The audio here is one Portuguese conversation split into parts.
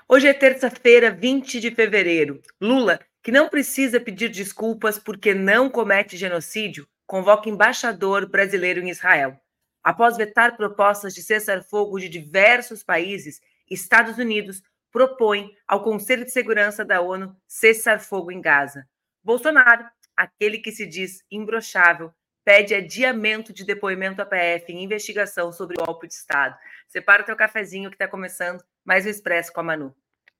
Hoje é terça-feira, 20 de fevereiro. Lula, que não precisa pedir desculpas porque não comete genocídio, convoca embaixador brasileiro em Israel. Após vetar propostas de cessar-fogo de diversos países, Estados Unidos propõe ao Conselho de Segurança da ONU cessar-fogo em Gaza. Bolsonaro, aquele que se diz imbrochável, pede adiamento de depoimento à PF em investigação sobre o golpe de Estado. Separa o teu cafezinho que está começando mais um Expresso com a Manu.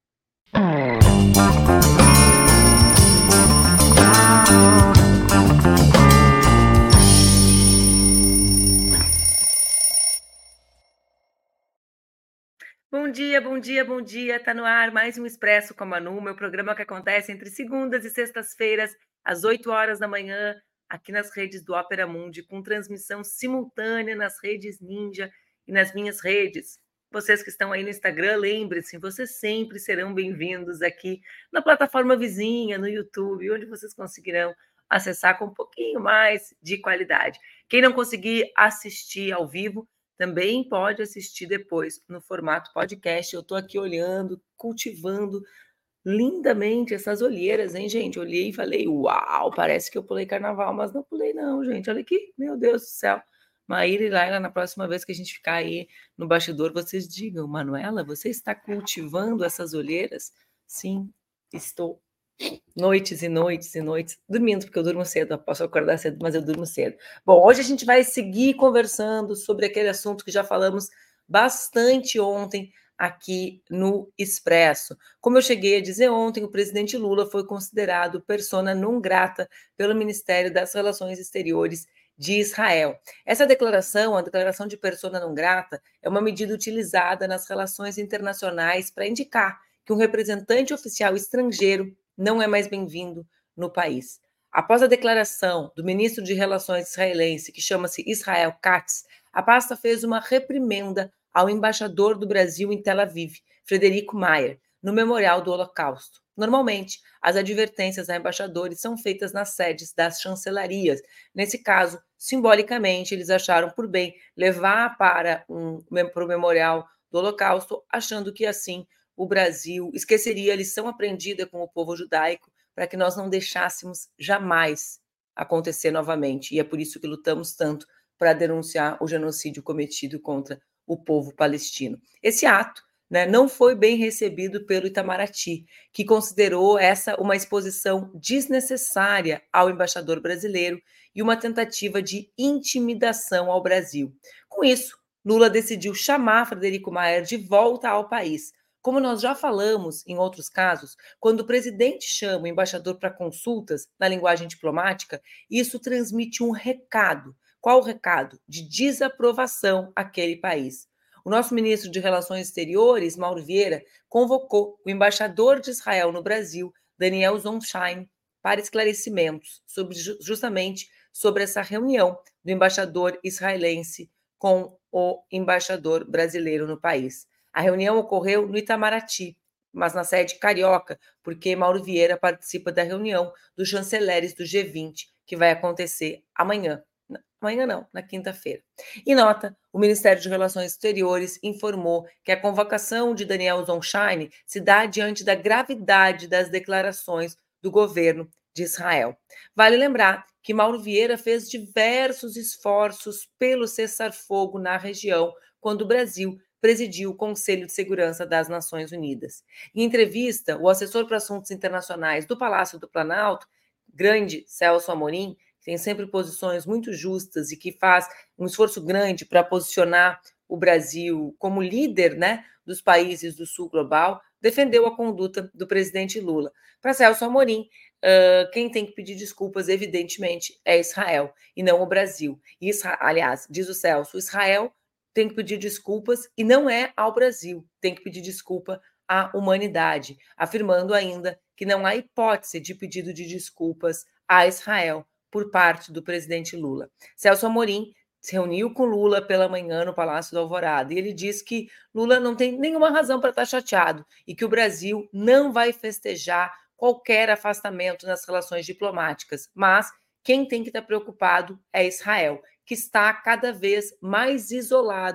Bom dia, bom dia, bom dia. Tá no ar mais um Expresso com a Manu, meu programa que acontece entre segundas e sextas-feiras, às 8 horas da manhã, aqui nas redes do Opera Mundi, com transmissão simultânea nas redes Ninja e nas minhas redes. Vocês que estão aí no Instagram, lembre-se, vocês sempre serão bem-vindos aqui na plataforma vizinha, no YouTube, onde vocês conseguirão acessar com um pouquinho mais de qualidade. Quem não conseguir assistir ao vivo, também pode assistir depois no formato podcast. Eu estou aqui olhando, cultivando lindamente essas olheiras, hein, gente? Olhei e falei, uau, parece que eu pulei carnaval, mas não pulei não, gente. Olha aqui, meu Deus do céu. Maíra e Laila, na próxima vez que a gente ficar aí no bastidor, vocês digam, Manuela, você está cultivando essas olheiras? Sim, estou. Noites e noites e noites, dormindo, porque eu durmo cedo, eu posso acordar cedo, mas eu durmo cedo. Bom, hoje a gente vai seguir conversando sobre aquele assunto que já falamos bastante ontem aqui no Expresso. Como eu cheguei a dizer ontem, o presidente Lula foi considerado persona non grata pelo Ministério das Relações Exteriores de Israel. Essa declaração, a declaração de persona non grata, é uma medida utilizada nas relações internacionais para indicar que um representante oficial estrangeiro não é mais bem-vindo no país. Após a declaração do ministro de Relações israelense, que chama-se Israel Katz, a pasta fez uma reprimenda ao embaixador do Brasil em Tel Aviv, Frederico Mayer, no Memorial do Holocausto. Normalmente, as advertências a embaixadores são feitas nas sedes das chancelarias. Nesse caso, simbolicamente, eles acharam por bem levar para o Memorial do Holocausto, achando que assim o Brasil esqueceria a lição aprendida com o povo judaico para que nós não deixássemos jamais acontecer novamente. E é por isso que lutamos tanto para denunciar o genocídio cometido contra o povo palestino. Esse ato, né, não foi bem recebido pelo Itamaraty, que considerou essa uma exposição desnecessária ao embaixador brasileiro e uma tentativa de intimidação ao Brasil. Com isso, Lula decidiu chamar Frederico Mayer de volta ao país. Como nós já falamos em outros casos, quando o presidente chama o embaixador para consultas na linguagem diplomática, isso transmite um recado. Qual o recado? De desaprovação àquele país. O nosso ministro de Relações Exteriores, Mauro Vieira, convocou o embaixador de Israel no Brasil, Daniel Zonsheim, para esclarecimentos justamente sobre essa reunião do embaixador israelense com o embaixador brasileiro no país. A reunião ocorreu no Itamaraty, mas na sede carioca, porque Mauro Vieira participa da reunião dos chanceleres do G20, que vai acontecer amanhã. Amanhã não, na quinta-feira. Em nota, o Ministério de Relações Exteriores informou que a convocação de Daniel Zonsheim se dá diante da gravidade das declarações do governo de Israel. Vale lembrar que Mauro Vieira fez diversos esforços pelo cessar-fogo na região quando o Brasil presidiu o Conselho de Segurança das Nações Unidas. Em entrevista, o assessor para assuntos internacionais do Palácio do Planalto, grande Celso Amorim, que tem sempre posições muito justas e que faz um esforço grande para posicionar o Brasil como líder, né, dos países do sul global, defendeu a conduta do presidente Lula. Para Celso Amorim, quem tem que pedir desculpas, evidentemente, é Israel e não o Brasil. Aliás, diz o Celso, Israel tem que pedir desculpas e não é ao Brasil, tem que pedir desculpa à humanidade, afirmando ainda que não há hipótese de pedido de desculpas a Israel por parte do presidente Lula. Celso Amorim se reuniu com Lula pela manhã no Palácio do Alvorada e ele disse que Lula não tem nenhuma razão para estar chateado e que o Brasil não vai festejar qualquer afastamento nas relações diplomáticas, mas quem tem que estar preocupado é Israel, que está cada vez mais isolado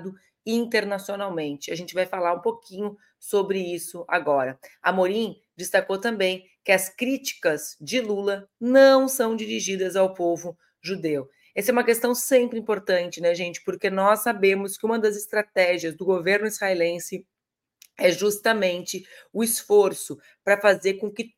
internacionalmente. A gente vai falar um pouquinho sobre isso agora. Amorim destacou também que as críticas de Lula não são dirigidas ao povo judeu. Essa é uma questão sempre importante, né, gente? Porque nós sabemos que uma das estratégias do governo israelense é justamente o esforço para fazer com que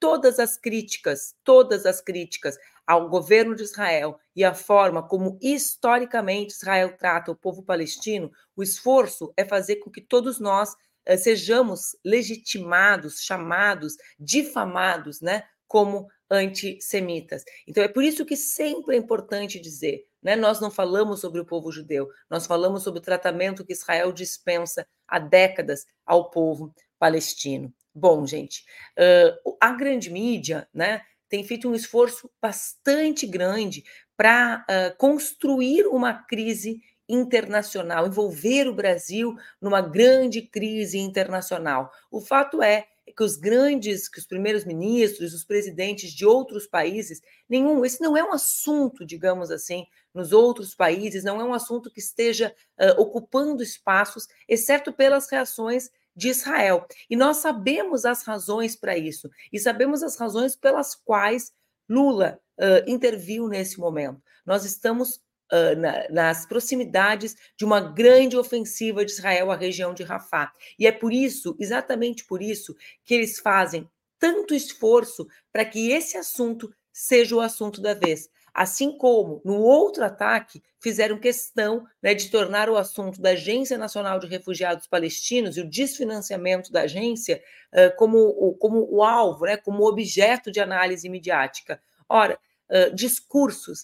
todas as críticas ao governo de Israel e a forma como historicamente Israel trata o povo palestino, o esforço é fazer com que todos nós sejamos legitimados, chamados, difamados, né, como antissemitas. Então é por isso que sempre é importante dizer, né, nós não falamos sobre o povo judeu, nós falamos sobre o tratamento que Israel dispensa há décadas ao povo palestino. Bom, gente, a grande mídia, né, tem feito um esforço bastante grande para construir uma crise internacional, envolver o Brasil numa grande crise internacional. O fato é que os primeiros ministros, os presidentes de outros países, esse não é um assunto, digamos assim, nos outros países, não é um assunto que esteja ocupando espaços, exceto pelas reações de Israel. E nós sabemos as razões para isso, e sabemos as razões pelas quais Lula interviu nesse momento. Nós estamos nas proximidades de uma grande ofensiva de Israel à região de Rafah. E é por isso, exatamente por isso, que eles fazem tanto esforço para que esse assunto seja o assunto da vez. Assim como no outro ataque fizeram questão, né, de tornar o assunto da Agência Nacional de Refugiados Palestinos e o desfinanciamento da agência como o alvo, né, como objeto de análise midiática. Ora, discursos.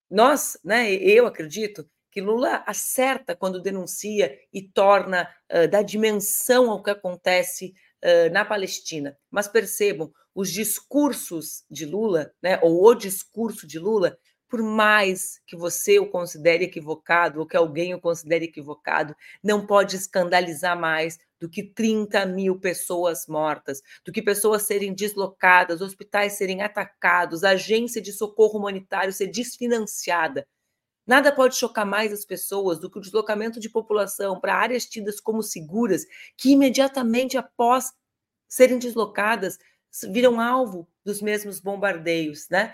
Eu acredito que Lula acerta quando denuncia e torna, dá dimensão ao que acontece na Palestina. Mas percebam, os discursos de Lula, né, ou o discurso de Lula, por mais que você o considere equivocado ou que alguém o considere equivocado, não pode escandalizar mais do que 30 mil pessoas mortas, do que pessoas serem deslocadas, hospitais serem atacados, agência de socorro humanitário ser desfinanciada. Nada pode chocar mais as pessoas do que o deslocamento de população para áreas tidas como seguras, que imediatamente após serem deslocadas viram alvo dos mesmos bombardeios, né?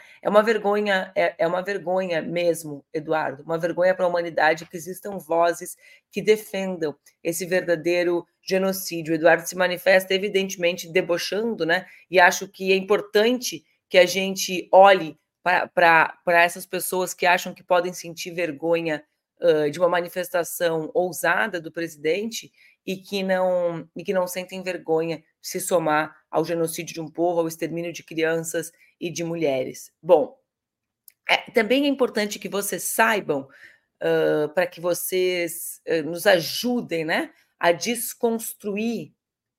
É uma vergonha mesmo, Eduardo, uma vergonha para a humanidade que existam vozes que defendam esse verdadeiro genocídio. O Eduardo se manifesta evidentemente debochando, né? E acho que é importante que a gente olhe para essas pessoas que acham que podem sentir vergonha de uma manifestação ousada do presidente e que não sentem vergonha de se somar ao genocídio de um povo, ao extermínio de crianças e de mulheres. Bom, também é importante que vocês saibam, para que vocês nos ajudem, né, a desconstruir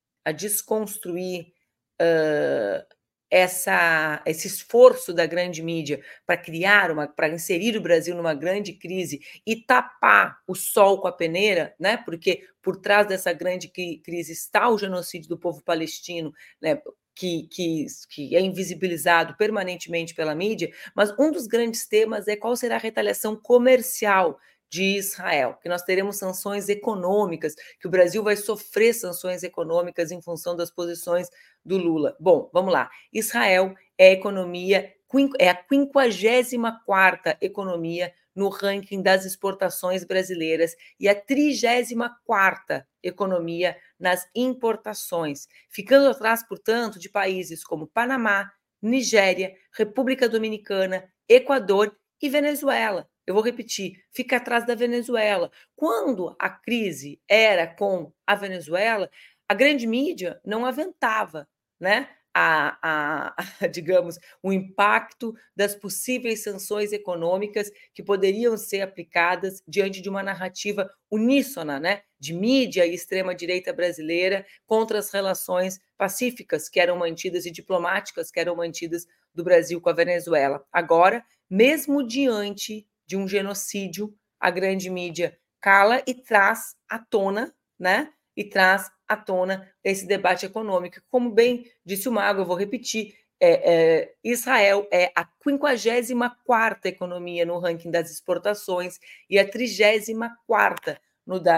esse esforço da grande mídia para inserir o Brasil numa grande crise e tapar o sol com a peneira, né? Porque por trás dessa grande crise está o genocídio do povo palestino, né? Que é invisibilizado permanentemente pela mídia, mas um dos grandes temas é qual será a retaliação comercial de Israel, que nós teremos sanções econômicas, que o Brasil vai sofrer sanções econômicas em função das posições do Lula. Bom, vamos lá. Israel é a 54ª economia no ranking das exportações brasileiras e a 34ª economia nas importações, ficando atrás, portanto, de países como Panamá, Nigéria, República Dominicana, Equador e Venezuela. Eu vou repetir, fica atrás da Venezuela. Quando a crise era com a Venezuela, a grande mídia não aventava, né, digamos, o impacto das possíveis sanções econômicas que poderiam ser aplicadas diante de uma narrativa uníssona, né, de mídia e extrema-direita brasileira contra as relações pacíficas que eram mantidas e diplomáticas que eram mantidas do Brasil com a Venezuela. Agora, mesmo diante de um genocídio, a grande mídia cala e traz à tona, né, e traz à tona esse debate econômico. Como bem disse o Mago, eu vou repetir, Israel é a 54ª economia no ranking das exportações e a 34ª no das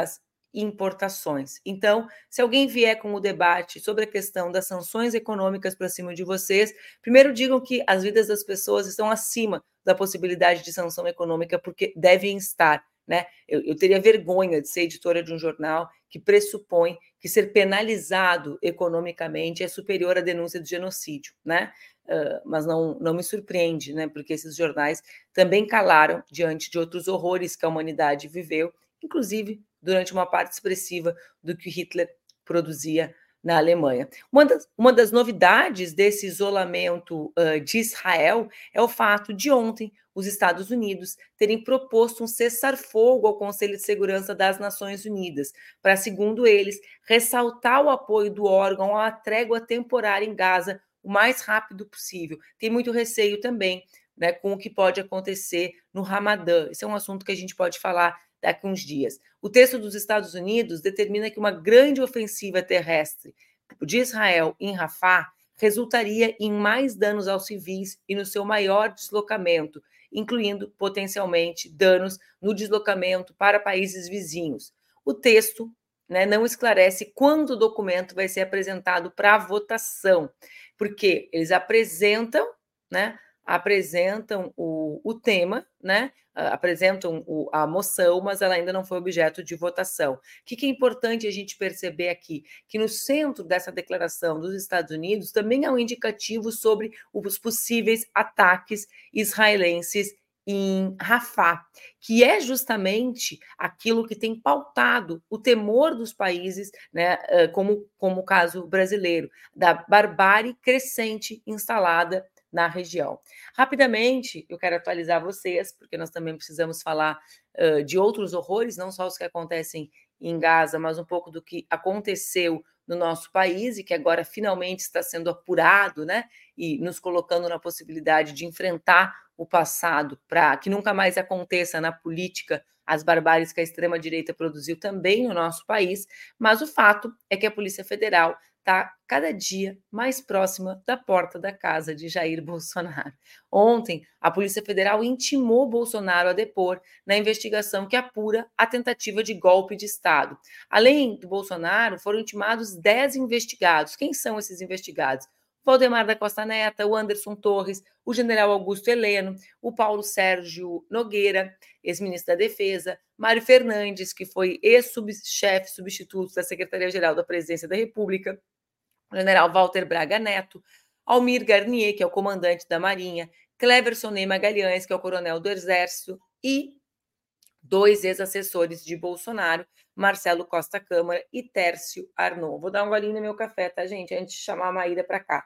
importações. Então, se alguém vier com o debate sobre a questão das sanções econômicas para cima de vocês, primeiro digam que as vidas das pessoas estão acima da possibilidade de sanção econômica, porque devem estar, né? Eu teria vergonha de ser editora de um jornal que pressupõe que ser penalizado economicamente é superior à denúncia de genocídio, né? Mas não me surpreende, né? Porque esses jornais também calaram diante de outros horrores que a humanidade viveu, inclusive durante uma parte expressiva do que Hitler produzia na Alemanha. Uma das novidades desse isolamento de Israel é o fato de ontem os Estados Unidos terem proposto um cessar-fogo ao Conselho de Segurança das Nações Unidas, para, segundo eles, ressaltar o apoio do órgão à trégua temporária em Gaza o mais rápido possível. Tem muito receio também, né, com o que pode acontecer no Ramadã. Esse é um assunto que a gente pode falar daqui a uns dias. O texto dos Estados Unidos determina que uma grande ofensiva terrestre de Israel em Rafah resultaria em mais danos aos civis e no seu maior deslocamento, incluindo potencialmente danos no deslocamento para países vizinhos. O texto, né, não esclarece quando o documento vai ser apresentado para votação, porque eles apresentam, né, apresentam o tema, né, apresentam a moção, mas ela ainda não foi objeto de votação. O que é importante a gente perceber aqui? Que no centro dessa declaração dos Estados Unidos também há um indicativo sobre os possíveis ataques israelenses em Rafah, que é justamente aquilo que tem pautado o temor dos países, né, como o caso brasileiro, da barbárie crescente instalada na região. Rapidamente, eu quero atualizar vocês, porque nós também precisamos falar de outros horrores, não só os que acontecem em Gaza, mas um pouco do que aconteceu no nosso país e que agora finalmente está sendo apurado, né? E nos colocando na possibilidade de enfrentar o passado para que nunca mais aconteça na política as barbáries que a extrema-direita produziu também no nosso país, mas o fato é que a Polícia Federal está cada dia mais próxima da porta da casa de Jair Bolsonaro. Ontem, a Polícia Federal intimou Bolsonaro a depor na investigação que apura a tentativa de golpe de Estado. Além do Bolsonaro, foram intimados 10 investigados. Quem são esses investigados? Valdemar da Costa Neto, o Anderson Torres, o general Augusto Heleno, o Paulo Sérgio Nogueira, ex-ministro da Defesa, Mário Fernandes, que foi ex-chefe substituto da Secretaria-Geral da Presidência da República, o general Walter Braga Neto, Almir Garnier, que é o comandante da Marinha, Cleverson Ney Magalhães, que é o coronel do Exército, e 2 ex-assessores de Bolsonaro, Marcelo Costa Câmara e Tércio Arnaud. Vou dar um golinho no meu café, tá, gente? Antes de chamar a Maíra para cá.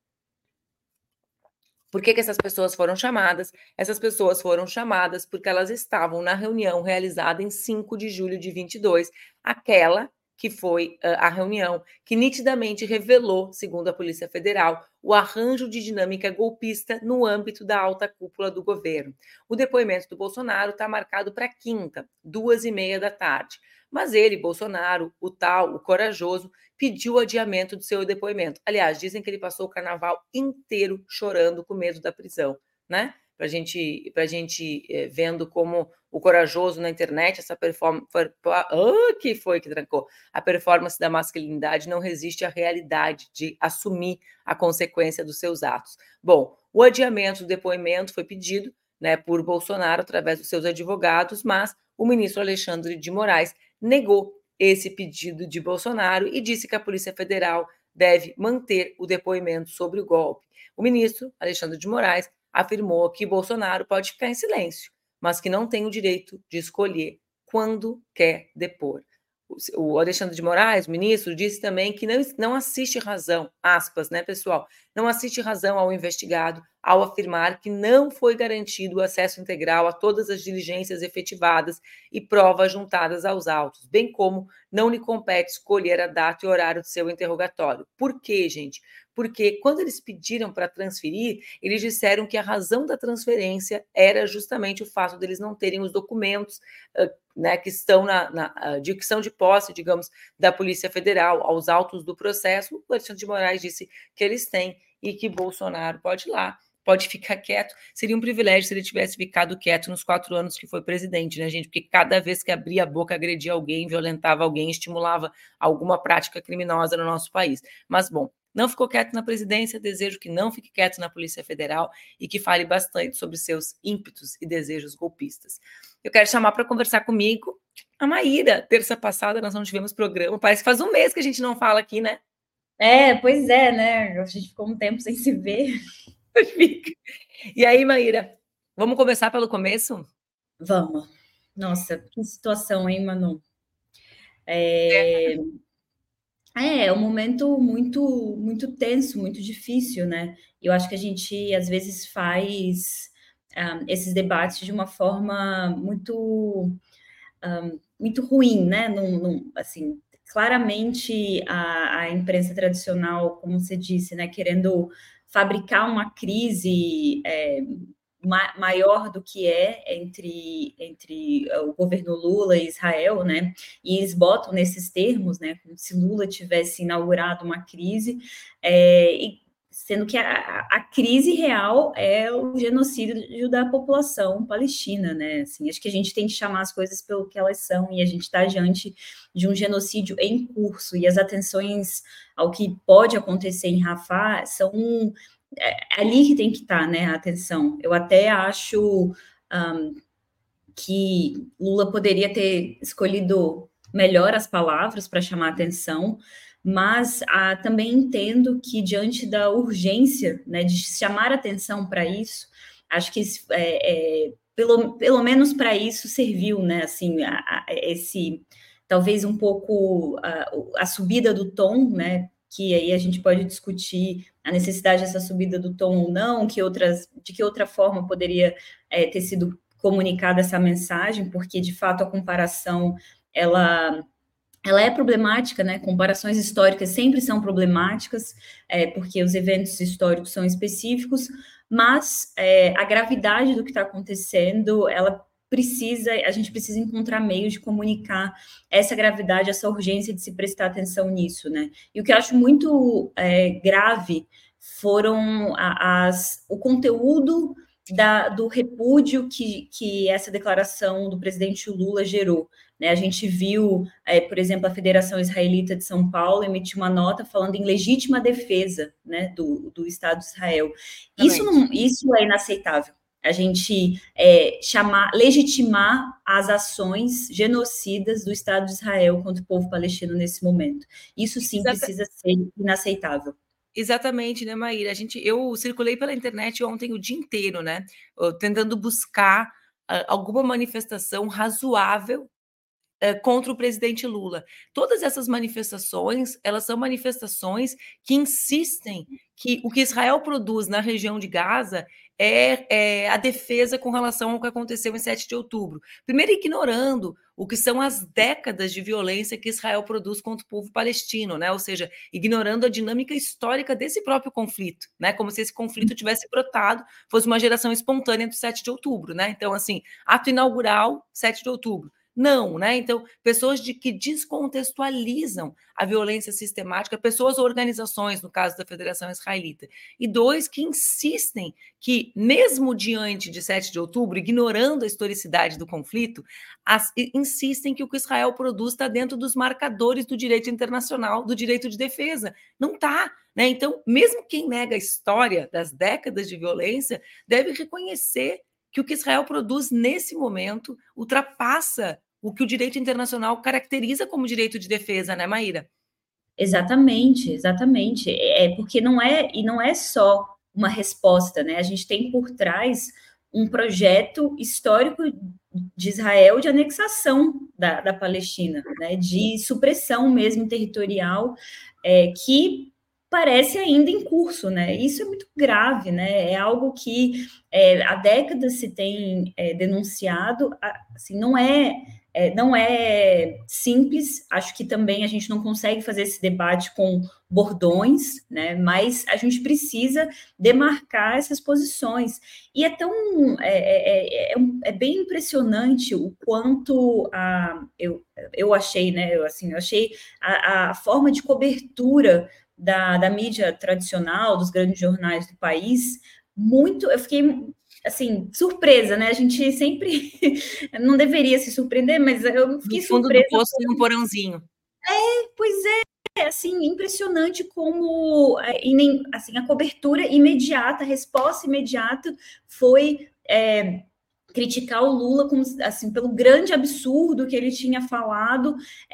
Por que essas pessoas foram chamadas? Essas pessoas foram chamadas porque elas estavam na reunião realizada em 5 de julho de 22, aquela que foi a reunião que nitidamente revelou, segundo a Polícia Federal, o arranjo de dinâmica golpista no âmbito da alta cúpula do governo. O depoimento do Bolsonaro está marcado para quinta, 2h30 da tarde. Mas ele, Bolsonaro, o corajoso, pediu o adiamento do seu depoimento. Aliás, dizem que ele passou o carnaval inteiro chorando com medo da prisão, né? Para gente vendo como o corajoso na internet, essa performance. Que foi que trancou? A performance da masculinidade não resiste à realidade de assumir a consequência dos seus atos. Bom, o adiamento do depoimento foi pedido, né, por Bolsonaro através dos seus advogados, mas o ministro Alexandre de Moraes negou esse pedido de Bolsonaro e disse que a Polícia Federal deve manter o depoimento sobre o golpe. O ministro Alexandre de Moraes afirmou que Bolsonaro pode ficar em silêncio, mas que não tem o direito de escolher quando quer depor. O Alexandre de Moraes, o ministro, disse também que não assiste razão, aspas, né, pessoal? Não assiste razão ao investigado ao afirmar que não foi garantido o acesso integral a todas as diligências efetivadas e provas juntadas aos autos, bem como não lhe compete escolher a data e horário do seu interrogatório. Por quê, gente? Porque quando eles pediram para transferir, eles disseram que a razão da transferência era justamente o fato deles não terem os documentos, né, que estão que são de posse, digamos, da Polícia Federal, aos autos do processo. O Alexandre de Moraes disse que eles têm e que Bolsonaro pode ir lá pode ficar quieto. Seria um privilégio se ele tivesse ficado quieto nos 4 anos que foi presidente, né, gente? Porque cada vez que abria a boca, agredia alguém, violentava alguém, estimulava alguma prática criminosa no nosso país. Mas, bom, não ficou quieto na presidência, desejo que não fique quieto na Polícia Federal e que fale bastante sobre seus ímpetos e desejos golpistas. Eu quero chamar para conversar comigo a Maíra. Terça passada nós não tivemos programa, parece que faz um mês que a gente não fala aqui, né? Pois é, né? A gente ficou um tempo sem se ver. E aí, Maíra, vamos começar pelo começo? Vamos. Nossa, que situação, hein, Manu? É um momento muito tenso, muito difícil, né? Eu acho que a gente, às vezes, faz esses debates de uma forma muito ruim, né? Assim, claramente a imprensa tradicional, como você disse, né, querendo fabricar uma crise maior do que entre o governo Lula e Israel, né? E eles botam nesses termos, né? Como se Lula tivesse inaugurado uma crise, sendo que a crise real é o genocídio da população palestina, né? Assim, acho que a gente tem que chamar as coisas pelo que elas são, e a gente está diante de um genocídio em curso, e as atenções ao que pode acontecer em Rafah são ali que tem que estar, né, a atenção. Eu até acho que Lula poderia ter escolhido melhor as palavras para chamar a atenção, mas também entendo que, diante da urgência, né, de chamar atenção para isso, acho que pelo menos para isso serviu, né, assim, esse talvez um pouco a subida do tom, né, que aí a gente pode discutir a necessidade dessa subida do tom ou não, de que outra forma poderia ter sido comunicada essa mensagem, porque de fato a comparação ela é problemática, né? Comparações históricas sempre são problemáticas, porque os eventos históricos são específicos, mas a gravidade do que está acontecendo, a gente precisa encontrar meios de comunicar essa gravidade, essa urgência de se prestar atenção nisso, né? E o que eu acho muito grave foram o conteúdo do repúdio que essa declaração do presidente Lula gerou. Né? A gente viu, por exemplo, a Federação Israelita de São Paulo emitir uma nota falando em legítima defesa, né, do Estado de Israel. Isso é inaceitável. A gente legitimar as ações genocidas do Estado de Israel contra o povo palestino nesse momento. Isso sim precisa ser inaceitável. Exatamente, né, Maíra? Eu circulei pela internet ontem o dia inteiro, né? Tentando buscar alguma manifestação razoável contra o presidente Lula. Todas essas manifestações, elas são manifestações que insistem que o que Israel produz na região de Gaza é a defesa com relação ao que aconteceu em 7 de outubro. Primeiro, ignorando o que são as décadas de violência que Israel produz contra o povo palestino, né? Ou seja, ignorando a dinâmica histórica desse próprio conflito, né? Como se esse conflito tivesse brotado, fosse uma geração espontânea do 7 de outubro, né? Então, assim, ato inaugural, 7 de outubro. Não, né? Então, pessoas que descontextualizam a violência sistemática, pessoas ou organizações, no caso da Federação Israelita. E 2, que insistem que, mesmo diante de 7 de outubro, ignorando a historicidade do conflito, insistem que o que Israel produz está dentro dos marcadores do direito internacional, do direito de defesa. Não está. Né? Então, mesmo quem nega a história das décadas de violência deve reconhecer que o que Israel produz nesse momento ultrapassa o que o direito internacional caracteriza como direito de defesa, né, Maíra? Exatamente, exatamente. Porque não é só uma resposta, né? A gente tem por trás um projeto histórico de Israel de anexação da Palestina, né? De supressão mesmo territorial, que parece ainda em curso, né? Isso é muito grave, né? É algo que há décadas se tem denunciado, assim, não é simples, acho que também a gente não consegue fazer esse debate com bordões, né? Mas a gente precisa demarcar essas posições. E é bem impressionante o quanto eu achei, né? Eu achei a forma de cobertura da mídia tradicional, dos grandes jornais do país, muito, eu fiquei assim, surpresa, né? A gente sempre não deveria se surpreender, mas eu No fiquei fundo do surpresa. poço tem um porãozinho. Pois é, assim, impressionante como e nem, assim, a cobertura imediata, a resposta imediata foi criticar o Lula como, assim, pelo grande absurdo que ele tinha falado,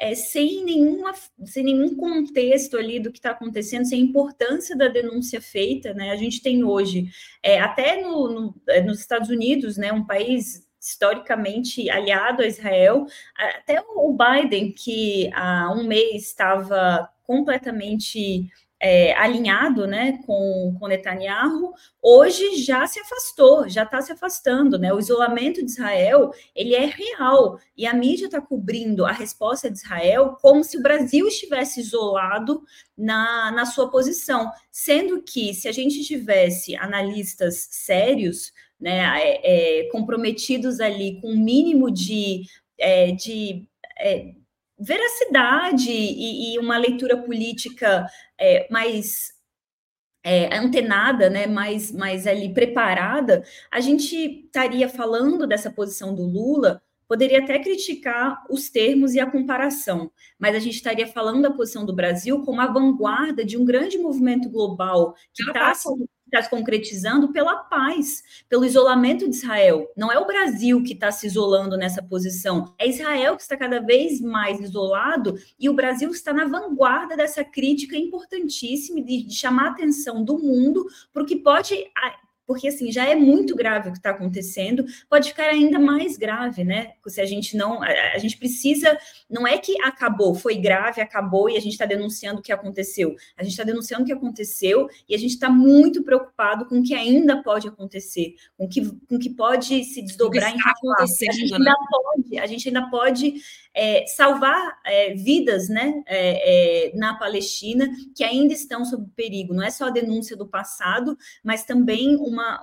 sem nenhum contexto ali do que está acontecendo, sem importância da denúncia feita, né? A gente tem hoje, até nos Estados Unidos, né, um país historicamente aliado a Israel, até o Biden, que há um mês estava completamente alinhado, né, com Netanyahu, hoje já se afastou, já está se afastando, né? O isolamento de Israel ele é real e a mídia está cobrindo a resposta de Israel como se o Brasil estivesse isolado na sua posição, sendo que se a gente tivesse analistas sérios, né, comprometidos ali com um mínimo de veracidade e uma leitura política mais antenada, né, mais ali preparada, a gente estaria falando dessa posição do Lula, poderia até criticar os termos e a comparação, mas a gente estaria falando da posição do Brasil como a vanguarda de um grande movimento global que Pela está paz. se concretizando pela paz, pelo isolamento de Israel. Não é o Brasil que está se isolando nessa posição, é Israel que está cada vez mais isolado e o Brasil está na vanguarda dessa crítica importantíssima de chamar a atenção do mundo para o que pode, porque assim já é muito grave o que está acontecendo, pode ficar ainda mais grave, né? Se a gente não, a gente precisa, não é que acabou, foi grave, acabou e a gente está denunciando o que aconteceu. A gente está denunciando o que aconteceu e a gente está muito preocupado com o que ainda pode acontecer, com que pode se O que desdobrar em está rafar. acontecendo, né? A gente ainda pode salvar vidas, né, na Palestina que ainda estão sob perigo. Não é só a denúncia do passado, mas também uma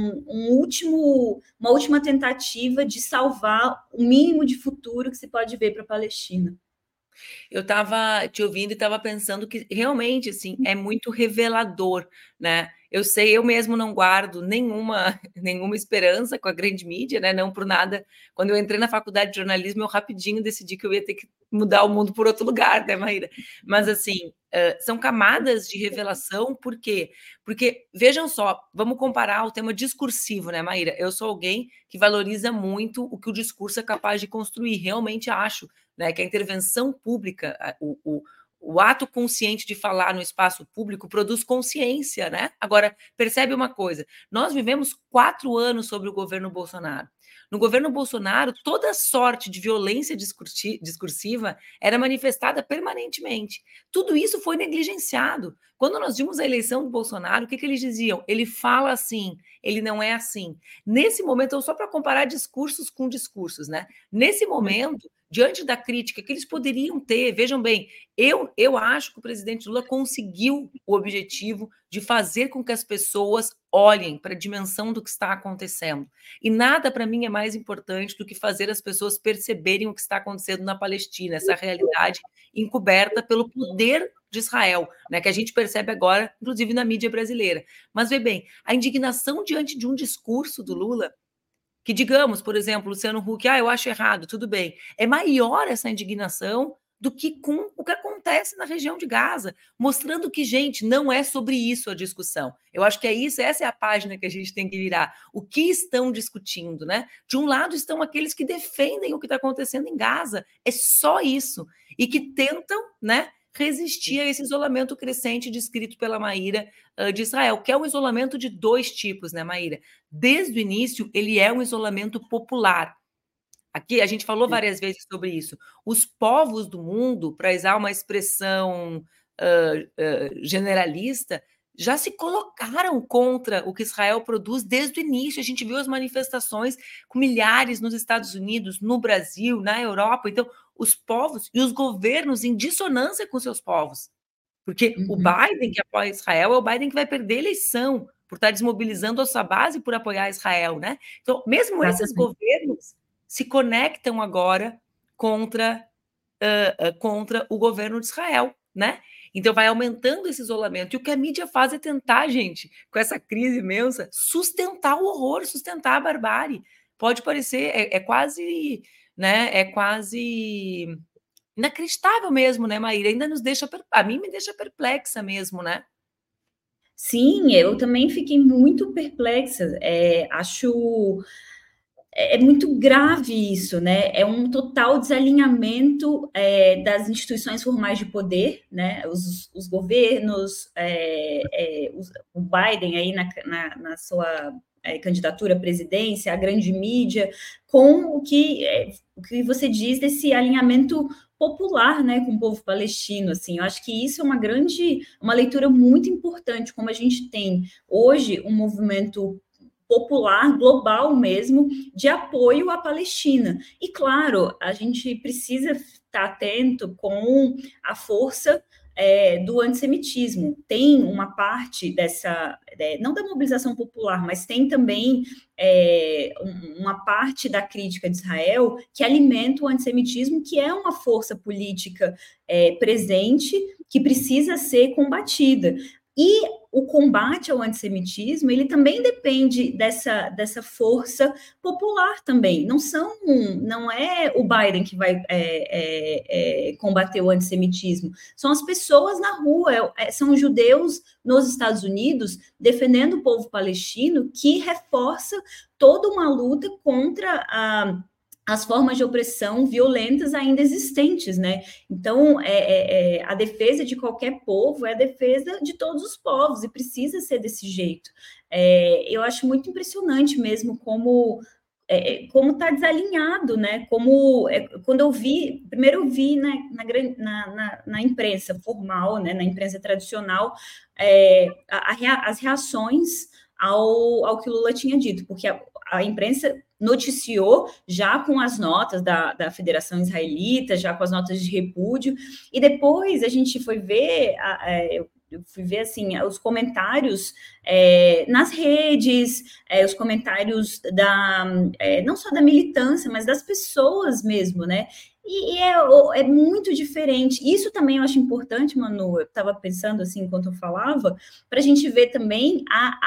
última tentativa de salvar o mínimo de futuro que se pode ver para a Palestina. Eu estava te ouvindo e estava pensando que realmente, assim, é muito revelador, né? Eu sei, eu mesmo não guardo nenhuma nenhuma esperança com a grande mídia, né, não por nada. Quando eu entrei na faculdade de jornalismo, eu rapidinho decidi que eu ia ter que mudar o mundo por outro lugar, né, Maíra? Mas, assim, são camadas de revelação, por quê? Porque, vejam só, vamos comparar o tema discursivo, né, Maíra? Eu sou alguém que valoriza muito o que o discurso é capaz de construir, realmente acho, né, que a intervenção pública, o ato consciente de falar no espaço público produz consciência, né? Agora, percebe uma coisa: nós vivemos 4 anos sobre o governo Bolsonaro. No governo Bolsonaro, toda sorte de violência discursiva era manifestada permanentemente. Tudo isso foi negligenciado. Quando nós vimos a eleição do Bolsonaro, o que eles diziam? Ele fala assim, ele não é assim. Nesse momento, então, só para comparar discursos com discursos, né? Nesse momento, diante da crítica que eles poderiam ter, vejam bem, eu acho que o presidente Lula conseguiu o objetivo de fazer com que as pessoas olhem para a dimensão do que está acontecendo. E nada para mim é mais importante do que fazer as pessoas perceberem o que está acontecendo na Palestina, essa realidade encoberta pelo poder de Israel, né, que a gente percebe agora, inclusive na mídia brasileira. Mas vê bem, a indignação diante de um discurso do Lula que, digamos, por exemplo, Luciano Huck, eu acho errado, tudo bem. É maior essa indignação do que com o que acontece na região de Gaza, mostrando que, gente, não é sobre isso a discussão. Eu acho que é isso, essa é a página que a gente tem que virar. O que estão discutindo, né? De um lado estão aqueles que defendem o que está acontecendo em Gaza, é só isso, e que tentam, né, resistir a esse isolamento crescente descrito pela Maíra de Israel, que é um isolamento de 2 tipos, né, Maíra? Desde o início, ele é um isolamento popular. Aqui a gente falou várias vezes sobre isso. Os povos do mundo, para usar uma expressão generalista, já se colocaram contra o que Israel produz desde o início. A gente viu as manifestações com milhares nos Estados Unidos, no Brasil, na Europa. Então, os povos e os governos em dissonância com seus povos. Porque o Biden, que apoia Israel, é o Biden que vai perder a eleição por estar desmobilizando a sua base por apoiar Israel, né? Então, mesmo esses governos se conectam agora contra o governo de Israel, né? Então vai aumentando esse isolamento. E o que a mídia faz é tentar, gente, com essa crise imensa, sustentar o horror, sustentar a barbárie. Pode parecer, é quase, né? É quase inacreditável mesmo, né, Maíra? Ainda nos deixa, a mim me deixa perplexa mesmo, né? Sim, eu também fiquei muito perplexa. Acho muito grave isso, né? É um total desalinhamento das instituições formais de poder, né? Os governos, o Biden aí na sua candidatura à presidência, a grande mídia, com o que você diz desse alinhamento popular, né, com o povo palestino, assim, eu acho que isso é uma leitura muito importante, como a gente tem hoje um movimento popular, global mesmo, de apoio à Palestina. E, claro, a gente precisa estar atento com a força do antissemitismo. Tem uma parte dessa, não da mobilização popular, mas tem também uma parte da crítica de Israel que alimenta o antissemitismo, que é uma força política presente, que precisa ser combatida. E o combate ao antissemitismo, ele também depende dessa força popular também. Não é o Biden que vai combater o antissemitismo, são as pessoas na rua, são os judeus nos Estados Unidos defendendo o povo palestino, que reforça toda uma luta contra as formas de opressão violentas ainda existentes, né? Então, a defesa de qualquer povo é a defesa de todos os povos, e precisa ser desse jeito. Eu acho muito impressionante mesmo como está desalinhado, né? Quando eu vi, primeiro eu vi, né, na imprensa formal, né, na imprensa tradicional, as reações ao que o Lula tinha dito, porque a imprensa noticiou já com as notas da Federação Israelita, já com as notas de repúdio, e depois a gente foi ver, eu fui ver assim, os comentários nas redes, os comentários não só da militância, mas das pessoas mesmo, né? E é muito diferente. Isso também eu acho importante, Manu. Eu estava pensando assim enquanto eu falava, para a gente ver também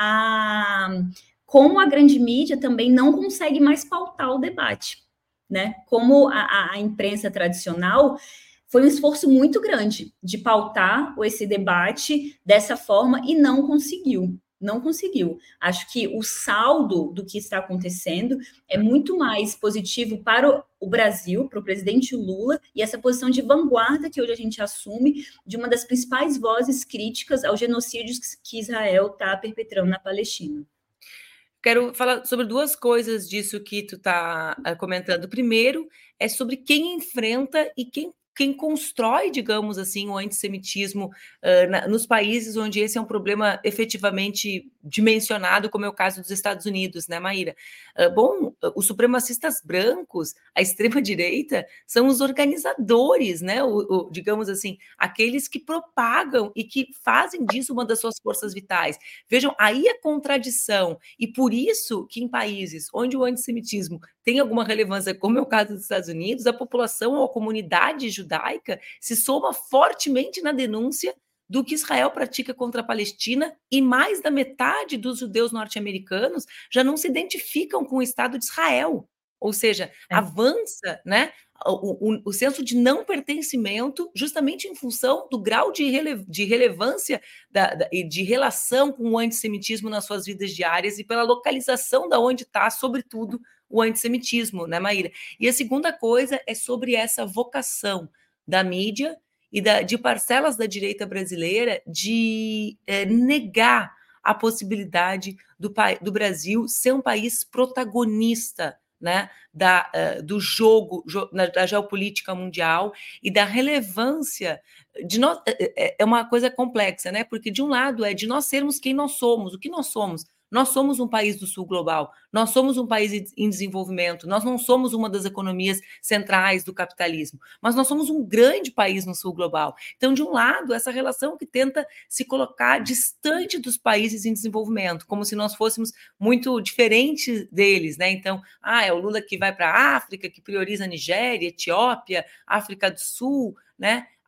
como a grande mídia também não consegue mais pautar o debate, né? Como a imprensa tradicional foi um esforço muito grande de pautar esse debate dessa forma e não conseguiu. Não conseguiu. Acho que o saldo do que está acontecendo é muito mais positivo para o Brasil, para o presidente Lula, e essa posição de vanguarda que hoje a gente assume de uma das principais vozes críticas aos genocídios que Israel está perpetrando na Palestina. Quero falar sobre duas coisas disso que tu está comentando. Primeiro, é sobre quem enfrenta e quem constrói, digamos assim, o antissemitismo nos países onde esse é um problema efetivamente dimensionado, como é o caso dos Estados Unidos, né, Maíra? Os supremacistas brancos, a extrema-direita, são os organizadores, né? Digamos assim, aqueles que propagam e que fazem disso uma das suas forças vitais. Vejam, aí a contradição, e por isso que em países onde o antissemitismo tem alguma relevância, como é o caso dos Estados Unidos, a população ou a comunidade judaica se soma fortemente na denúncia do que Israel pratica contra a Palestina, e mais da metade dos judeus norte-americanos já não se identificam com o Estado de Israel. Ou seja, avança, né, o senso de não pertencimento, justamente em função do grau de relevância e de relação com o antissemitismo nas suas vidas diárias e pela localização da onde está, sobretudo, o antissemitismo, né, Maíra? E a segunda coisa é sobre essa vocação da mídia e de parcelas da direita brasileira de negar a possibilidade do Brasil ser um país protagonista, né, do jogo, da geopolítica mundial e da relevância de nós. É uma coisa complexa, né? Porque de um lado é de nós sermos quem nós somos, o que nós somos. Nós somos um país do sul global, nós somos um país em desenvolvimento, nós não somos uma das economias centrais do capitalismo, mas nós somos um grande país no sul global. Então, de um lado, essa relação que tenta se colocar distante dos países em desenvolvimento, como se nós fôssemos muito diferentes deles, né? Então, é o Lula que vai para a África, que prioriza a Nigéria, Etiópia, África do Sul, né?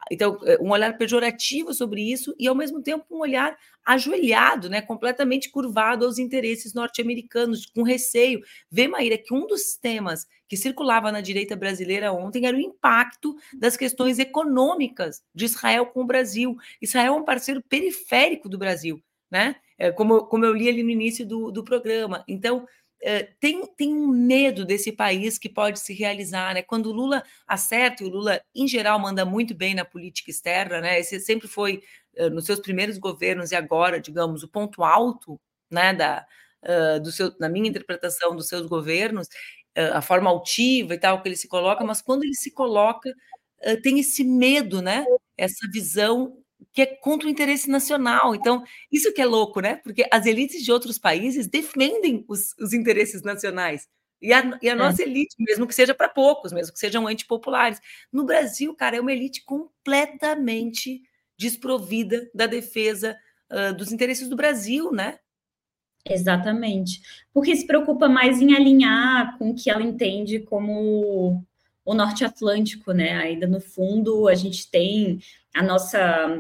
Então, um olhar pejorativo sobre isso e, ao mesmo tempo, um olhar ajoelhado, né, completamente curvado aos interesses norte-americanos, com receio. Vê, Maíra, que um dos temas que circulava na direita brasileira ontem era o impacto das questões econômicas de Israel com o Brasil. Israel é um parceiro periférico do Brasil, né? Como eu li ali no início do programa. Então, tem um medo desse país que pode se realizar, né? Quando o Lula acerta, e o Lula, em geral, manda muito bem na política externa, né? Esse sempre foi, nos seus primeiros governos e agora, digamos, o ponto alto, né, na minha interpretação dos seus governos, a forma altiva e tal que ele se coloca, mas quando ele se coloca, tem esse medo, né? Essa visão que é contra o interesse nacional. Então, isso que é louco, né? Porque as elites de outros países defendem os interesses nacionais. E a nossa elite, mesmo que seja para poucos, mesmo que sejam antipopulares. No Brasil, cara, é uma elite completamente desprovida da defesa dos interesses do Brasil, né? Exatamente. Porque se preocupa mais em alinhar com o que ela entende como o norte atlântico, né? Ainda no fundo, a gente tem a nossa,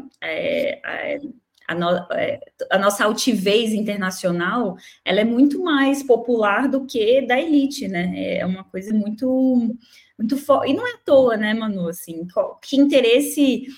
a nossa altivez internacional, ela é muito mais popular do que da elite, né? É uma coisa muito forte. E não é à toa, né, Manu? Assim, que interesse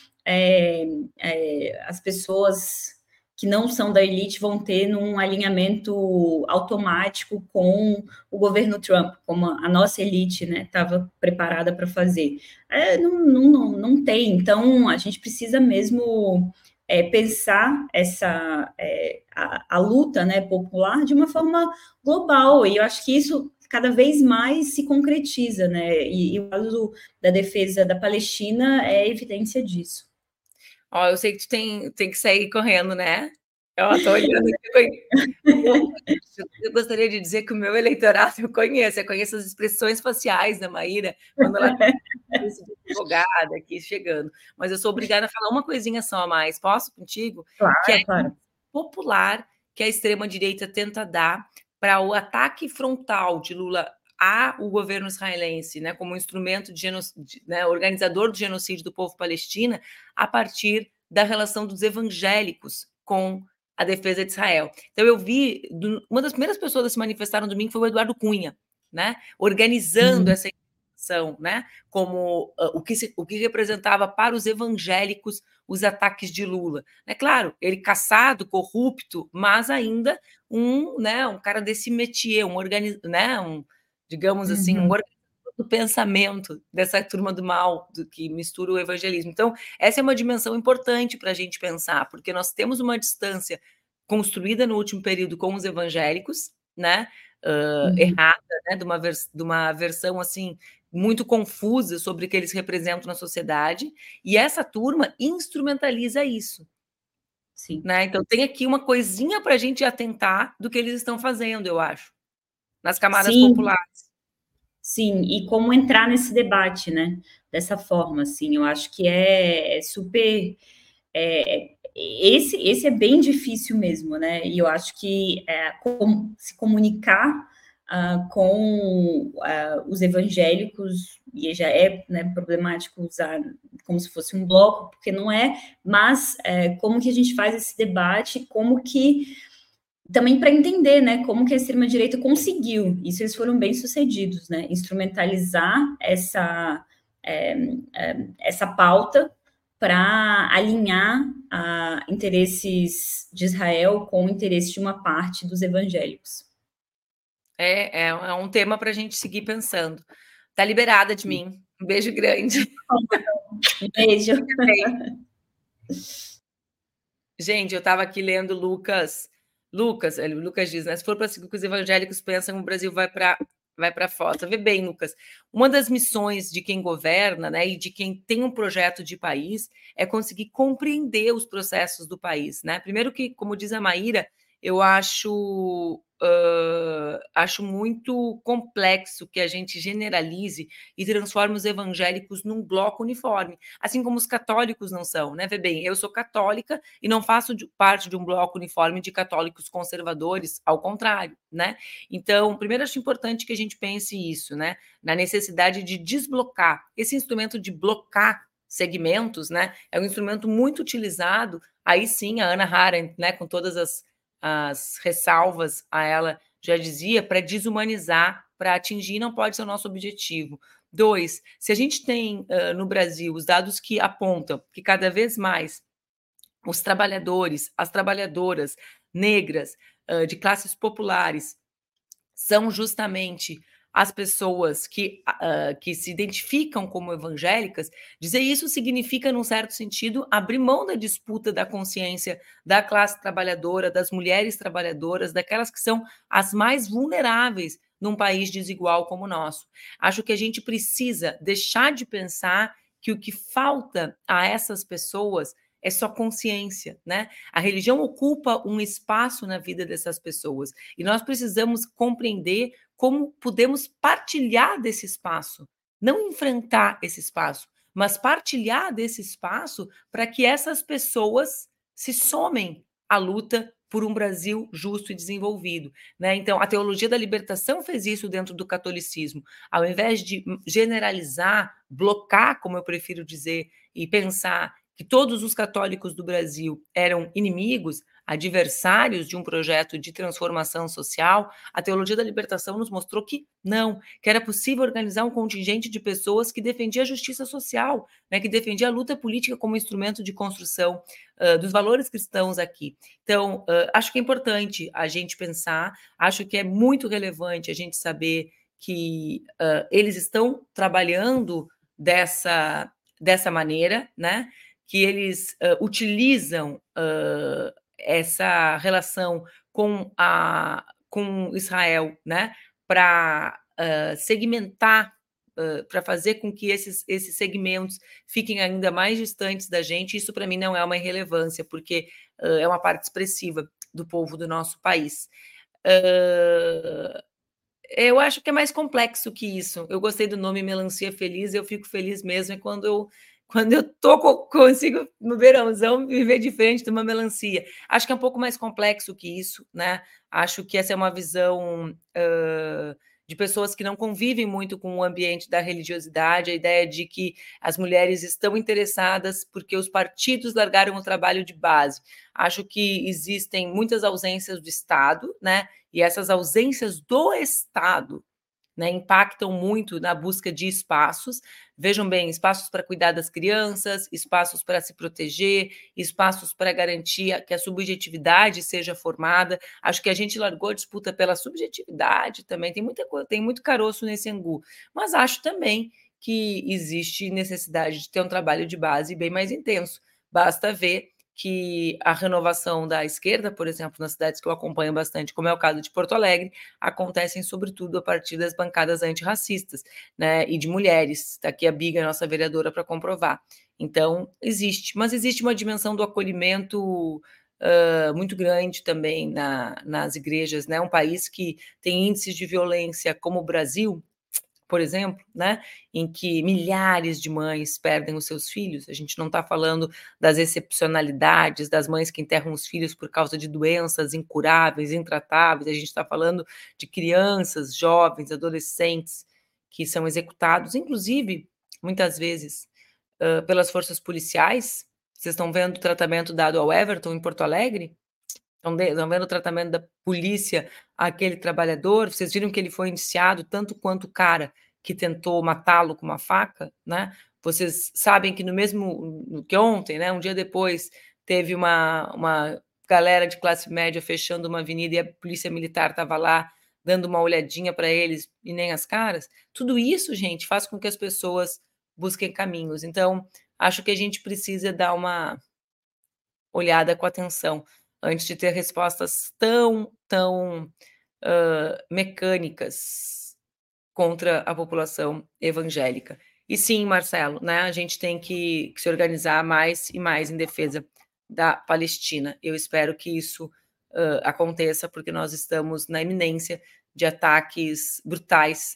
as pessoas que não são da elite vão ter num alinhamento automático com o governo Trump, como a nossa elite, né, estava preparada para fazer. Não tem. Então, a gente precisa mesmo pensar a luta, né, popular de uma forma global, e eu acho que isso cada vez mais se concretiza, né, e o caso da defesa da Palestina é evidência disso. Ó, eu sei que tu tem que sair correndo, né? Eu tô olhando aqui. Eu gostaria de dizer que o meu eleitorado eu conheço as expressões faciais da Maíra, quando ela tem de advogada aqui chegando. Mas eu sou obrigada a falar uma coisinha só a mais. Posso contigo? Que é Claro, claro. popular que a extrema-direita tenta dar para o ataque frontal de Lula ao governo israelense, né, como instrumento né, organizador do genocídio do povo palestino, a partir da relação dos evangélicos com a defesa de Israel. Então eu vi, uma das primeiras pessoas a se manifestar no domingo foi o Eduardo Cunha, né, organizando essa informação, né, como o que representava para os evangélicos os ataques de Lula. É claro, ele caçado, corrupto, mas ainda né, um cara desse métier, digamos assim, um organizador do pensamento dessa turma do mal, que mistura o evangelismo. Então, essa é uma dimensão importante para a gente pensar, porque nós temos uma distância construída no último período com os evangélicos, né, errada, né, de uma versão assim muito confusa sobre o que eles representam na sociedade, e essa turma instrumentaliza isso. Sim. Né? Então tem aqui uma coisinha para a gente atentar do que eles estão fazendo, eu acho, nas camadas populares. Sim, e como entrar nesse debate, né? Dessa forma, assim, eu acho que é super. Esse é bem difícil mesmo, né? E eu acho que se comunicar com os evangélicos, e já é, né, problemático usar como se fosse um bloco, porque não é, mas como que a gente faz esse debate, como que também para entender, né, como que a extrema-direita conseguiu, isso eles foram bem sucedidos, né, instrumentalizar essa pauta para alinhar interesses de Israel com o interesse de uma parte dos evangélicos. É um tema para a gente seguir pensando. Tá liberada de mim. Um beijo grande. Um beijo. Gente, eu estava aqui lendo Lucas diz, né? Se for para seguir o que os evangélicos pensam, o Brasil vai para foto. Vê bem, Lucas. Uma das missões de quem governa, né, e de quem tem um projeto de país é conseguir compreender os processos do país, né? Primeiro que, como diz a Maíra, eu acho muito complexo que a gente generalize e transforme os evangélicos num bloco uniforme, assim como os católicos não são, né? Vê bem, eu sou católica e não faço parte de um bloco uniforme de católicos conservadores, ao contrário, né? Então, primeiro acho importante que a gente pense isso, né? Na necessidade de desblocar esse instrumento de blocar segmentos, né, é um instrumento muito utilizado, aí sim, a Hannah Arendt, né, com todas as ressalvas a ela, já dizia, para desumanizar, para atingir, não pode ser o nosso objetivo. 2, se a gente tem no Brasil os dados que apontam que cada vez mais os trabalhadores, as trabalhadoras negras, de classes populares, são justamente as pessoas que se identificam como evangélicas, dizer isso significa, num certo sentido, abrir mão da disputa da consciência da classe trabalhadora, das mulheres trabalhadoras, daquelas que são as mais vulneráveis num país desigual como o nosso. Acho que a gente precisa deixar de pensar que o que falta a essas pessoas é só consciência, né? A religião ocupa um espaço na vida dessas pessoas e nós precisamos compreender como podemos partilhar desse espaço, não enfrentar esse espaço, mas partilhar desse espaço para que essas pessoas se somem à luta por um Brasil justo e desenvolvido, né? Então, a teologia da libertação fez isso dentro do catolicismo. Ao invés de generalizar, blocar, como eu prefiro dizer, e pensar que todos os católicos do Brasil eram inimigos, adversários de um projeto de transformação social, a teologia da libertação nos mostrou que não, que era possível organizar um contingente de pessoas que defendia a justiça social, né, que defendia a luta política como instrumento de construção dos valores cristãos aqui. Então, acho que é importante a gente pensar, acho que é muito relevante a gente saber que eles estão trabalhando dessa maneira, né? Que eles utilizam essa relação com Israel, né, para segmentar, para fazer com que esses segmentos fiquem ainda mais distantes da gente. Isso, para mim, não é uma irrelevância, porque é uma parte expressiva do povo do nosso país. Eu acho que é mais complexo que isso. Eu gostei do nome Melancia Feliz, eu fico feliz mesmo é quando eu consigo, no verãozão, viver de frente de uma melancia. Acho que é um pouco mais complexo que isso, né? Acho que essa é uma visão de pessoas que não convivem muito com o ambiente da religiosidade, a ideia de que as mulheres estão interessadas porque os partidos largaram o trabalho de base. Acho que existem muitas ausências do Estado, né? E essas ausências do Estado, né, impactam muito na busca de espaços. Vejam bem, espaços para cuidar das crianças, espaços para se proteger, espaços para garantir que a subjetividade seja formada. Acho que a gente largou a disputa pela subjetividade também, tem muito caroço nesse angu, mas acho também que existe necessidade de ter um trabalho de base bem mais intenso. Basta ver que a renovação da esquerda, por exemplo, nas cidades que eu acompanho bastante, como é o caso de Porto Alegre, acontecem sobretudo a partir das bancadas antirracistas, né, e de mulheres. Está aqui a Biga, nossa vereadora, para comprovar. Então, existe, mas existe uma dimensão do acolhimento muito grande também nas igrejas, né? Um país que tem índices de violência como o Brasil, por exemplo, né, em que milhares de mães perdem os seus filhos. A gente não está falando das excepcionalidades das mães que enterram os filhos por causa de doenças incuráveis, intratáveis. A gente está falando de crianças, jovens, adolescentes que são executados, inclusive, muitas vezes, pelas forças policiais. Vocês estão vendo o tratamento dado ao Everton em Porto Alegre? Estão vendo o tratamento da polícia àquele trabalhador? Vocês viram que ele foi indiciado tanto quanto o cara que tentou matá-lo com uma faca, né? Vocês sabem que no mesmo que ontem, né, um dia depois, teve uma galera de classe média fechando uma avenida e a polícia militar estava lá dando uma olhadinha para eles e nem as caras. Tudo isso, gente, faz com que as pessoas busquem caminhos. Então, acho que a gente precisa dar uma olhada com atenção antes de ter respostas tão mecânicas contra a população evangélica. E sim, Marcelo, né, a gente tem que se organizar mais e mais em defesa da Palestina. Eu espero que isso aconteça, porque nós estamos na iminência de ataques brutais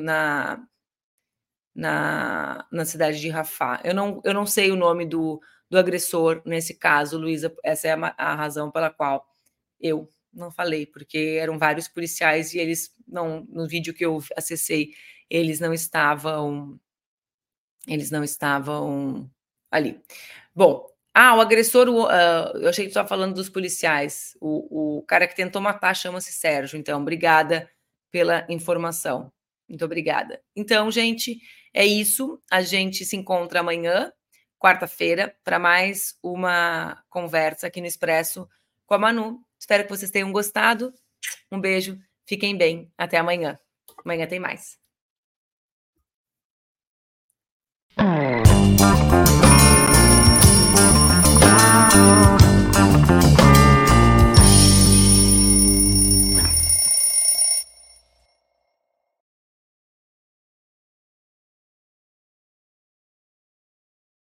na cidade de Rafah. Eu não sei o nome do agressor nesse caso, Luísa, essa é a razão pela qual eu não falei, porque eram vários policiais e eles não, no vídeo que eu acessei, eles não estavam ali. Bom, o agressor, eu achei que tu estava falando dos policiais. O cara que tentou matar chama-se Sérgio. Então, obrigada pela informação. Muito obrigada. Então, gente, é isso. A gente se encontra amanhã, quarta-feira, para mais uma conversa aqui no Expresso com a Manu. Espero que vocês tenham gostado. Um beijo, fiquem bem. Até amanhã. Amanhã tem mais.